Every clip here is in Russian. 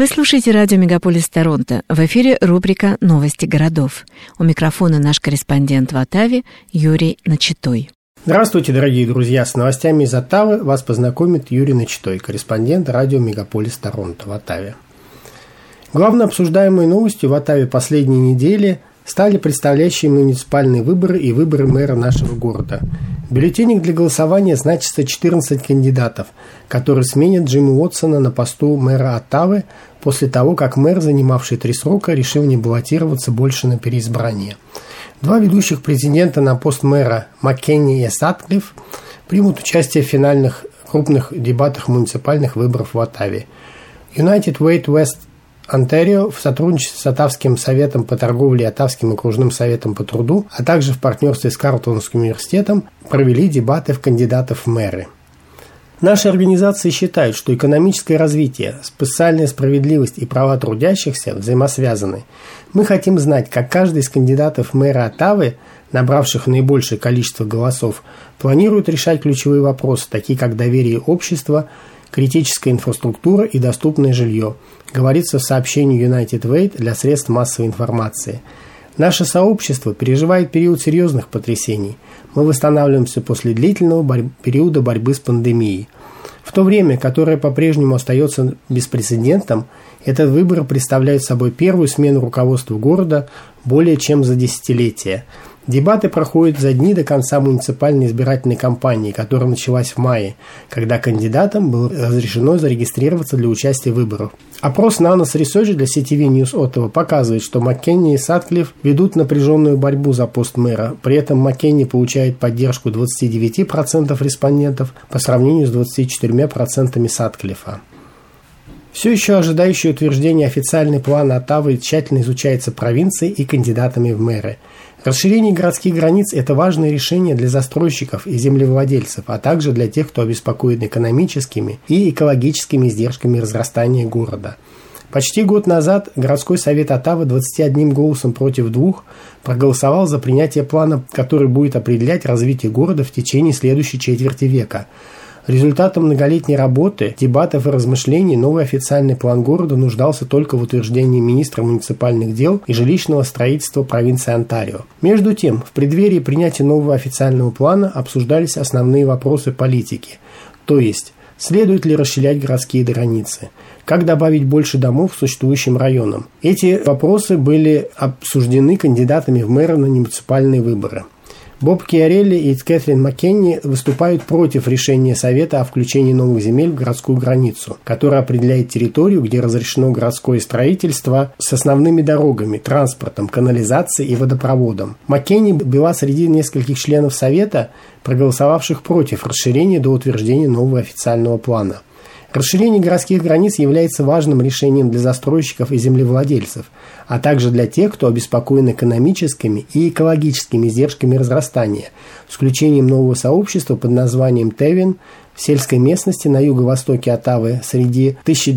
Вы слушаете радио «Мегаполис Торонто». В эфире рубрика «Новости городов». У микрофона наш корреспондент в Оттаве Юрий Начитой. Здравствуйте, дорогие друзья! С новостями из Оттавы вас познакомит Юрий Начитой, корреспондент радио «Мегаполис Торонто» в Оттаве. Главной обсуждаемой новостью в Оттаве последней недели стали предстоящие муниципальные выборы и выборы мэра нашего города. В бюллетенях для голосования значится 14 кандидатов, которые сменят Джимми Уотсона на посту мэра Оттавы после того, как мэр, занимавший 3 срока, решил не баллотироваться больше на переизбрание. 2 ведущих претендента на пост мэра Маккенни и Сатклифф примут участие в финальных крупных дебатах муниципальных выборов в Оттаве. United Way West Онтарио в сотрудничестве с Оттавским советом по торговле и Оттавским окружным советом по труду, а также в партнерстве с Карлтонским университетом провели дебаты в кандидатов в мэры. Наши организации считают, что экономическое развитие, социальная справедливость и права трудящихся взаимосвязаны. Мы хотим знать, как каждый из кандидатов в мэра Оттавы, набравших наибольшее количество голосов, планирует решать ключевые вопросы, такие как доверие общества, критическая инфраструктура и доступное жилье, говорится в сообщении United Way для средств массовой информации. Наше сообщество переживает период серьезных потрясений. Мы восстанавливаемся после длительного периода борьбы с пандемией. В то время, которое по-прежнему остается беспрецедентом, этот выбор представляет собой первую смену руководства города более чем за десятилетие. Дебаты проходят за дни до конца муниципальной избирательной кампании, которая началась в мае, когда кандидатам было разрешено зарегистрироваться для участия в выборах. Опрос Nanos Research для CTV News Ottawa показывает, что Маккенни и Сатклифф ведут напряженную борьбу за пост мэра. При этом Маккенни получает поддержку 29% респондентов по сравнению с 24% Сатклиффа. Все еще ожидающий утверждения официальный план Оттавы тщательно изучается провинцией и кандидатами в мэры. Расширение городских границ – это важное решение для застройщиков и землевладельцев, а также для тех, кто обеспокоен экономическими и экологическими издержками разрастания города. Почти год назад городской совет Оттавы 21 голосом против 2 проголосовал за принятие плана, который будет определять развитие города в течение следующей четверти века. Результатом многолетней работы, дебатов и размышлений новый официальный план города нуждался только в утверждении министра муниципальных дел и жилищного строительства провинции Онтарио. Между тем, в преддверии принятия нового официального плана обсуждались основные вопросы политики, то есть, следует ли расширять городские границы, как добавить больше домов к существующим районам. Эти вопросы были обсуждены кандидатами в мэры на муниципальные выборы. Боб Киарелли и Кэтрин Маккенни выступают против решения Совета о включении новых земель в городскую границу, которая определяет территорию, где разрешено городское строительство с основными дорогами, транспортом, канализацией и водопроводом. Маккенни была среди нескольких членов Совета, проголосовавших против расширения до утверждения нового официального плана. Расширение городских границ является важным решением для застройщиков и землевладельцев, а также для тех, кто обеспокоен экономическими и экологическими издержками разрастания, с включением нового сообщества под названием Тевин в сельской местности на юго-востоке Оттавы среди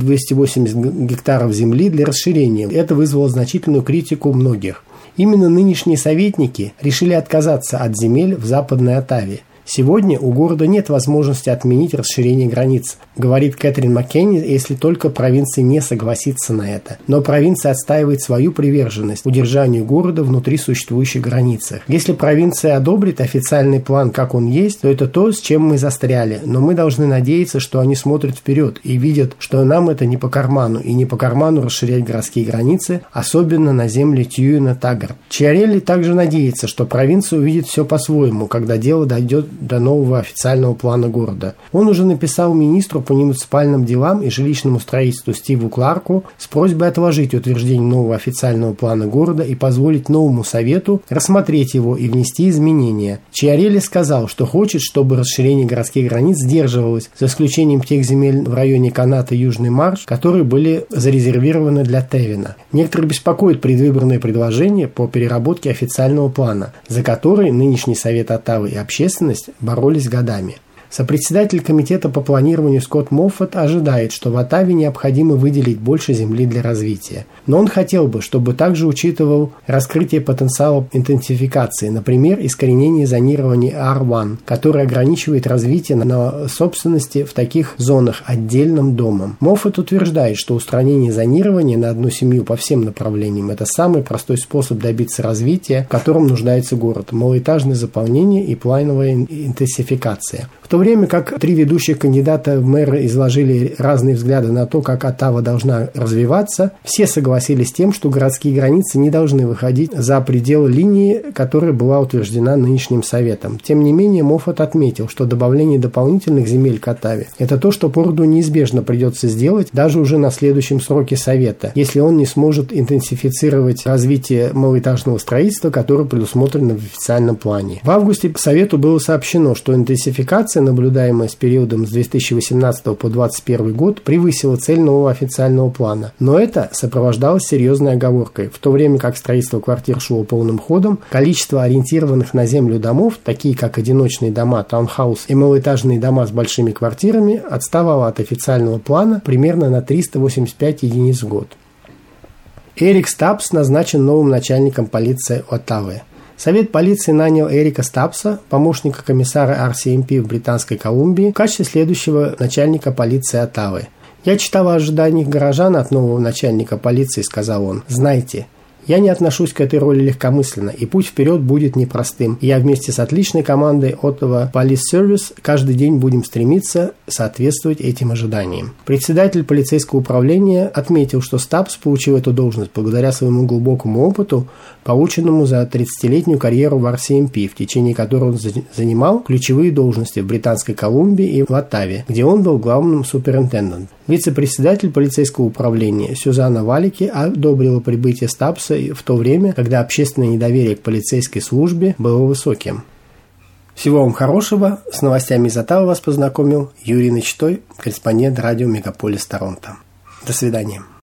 1280 гектаров земли для расширения. Это вызвало значительную критику многих. Именно нынешние советники решили отказаться от земель в Западной Оттаве. Сегодня у города нет возможности отменить расширение границ, говорит Кэтрин Маккенни, если только провинция не согласится на это. Но провинция отстаивает свою приверженность удержанию города внутри существующих границ. Если провинция одобрит официальный план, как он есть, то это то, с чем мы застряли. Но мы должны надеяться, что они смотрят вперед и видят, что нам это не по карману, и не по карману расширять городские границы, особенно на земле Тьюина-Таггарт. Чиарелли также надеется, что провинция увидит все по-своему, когда дело дойдет до нового официального плана города. Он уже написал министру по муниципальным делам и жилищному строительству Стиву Кларку с просьбой отложить утверждение нового официального плана города и позволить новому совету рассмотреть его и внести изменения. Чиарелли сказал, что хочет, чтобы расширение городских границ сдерживалось, за исключением тех земель в районе каната Южный Марш, которые были зарезервированы для Тевина. Некоторых беспокоит предвыборное предложение по переработке официального плана, за который нынешний совет Оттавы и общественность боролись годами. Сопредседатель комитета по планированию Скотт Моффат ожидает, что в Оттаве необходимо выделить больше земли для развития. Но он хотел бы, чтобы также учитывал раскрытие потенциала интенсификации, например, искоренение зонирования R1, которое ограничивает развитие на собственности в таких зонах отдельным домом. Моффат утверждает, что устранение зонирования на одну семью по всем направлениям – это самый простой способ добиться развития, в котором нуждается город – малоэтажное заполнение и плановая интенсификация. В то время как три ведущих кандидата в мэры изложили разные взгляды на то, как Оттава должна развиваться, все согласились с тем, что городские границы не должны выходить за пределы линии, которая была утверждена нынешним советом. Тем не менее, Моффат отметил, что добавление дополнительных земель к Оттаве – это то, что Порду неизбежно придется сделать даже уже на следующем сроке совета, если он не сможет интенсифицировать развитие малоэтажного строительства, которое предусмотрено в официальном плане. В августе совету было сообщено, что интенсификация, наблюдаемая с периодом с 2018 по 2021 год, превысила цель нового официального плана. Но это сопровождалось серьезной оговоркой. В то время как строительство квартир шло полным ходом, количество ориентированных на землю домов, такие как одиночные дома, таунхаус и малоэтажные дома с большими квартирами, отставало от официального плана примерно на 385 единиц в год. Эрик Стапс назначен новым начальником полиции Оттавы. Совет полиции нанял Эрика Стапса, помощника комиссара RCMP в Британской Колумбии, в качестве следующего начальника полиции Оттавы. «Я читал о ожиданиях горожан от нового начальника полиции», — сказал он. «Знаете, я не отношусь к этой роли легкомысленно, и путь вперед будет непростым. Я вместе с отличной командой Ottawa Police Service каждый день будем стремиться соответствовать этим ожиданиям». Председатель полицейского управления отметил, что Стапс получил эту должность благодаря своему глубокому опыту, полученному за 30-летнюю карьеру в RCMP, в течение которой он занимал ключевые должности в Британской Колумбии и в Оттаве, где он был главным суперинтендентом. Вице-председатель полицейского управления Сюзанна Валики одобрила прибытие Стапса в то время, когда общественное недоверие к полицейской службе было высоким. Всего вам хорошего. С новостями из Оттавы вас познакомил Юрий Начитой, корреспондент радио Мегаполис Торонто. До свидания.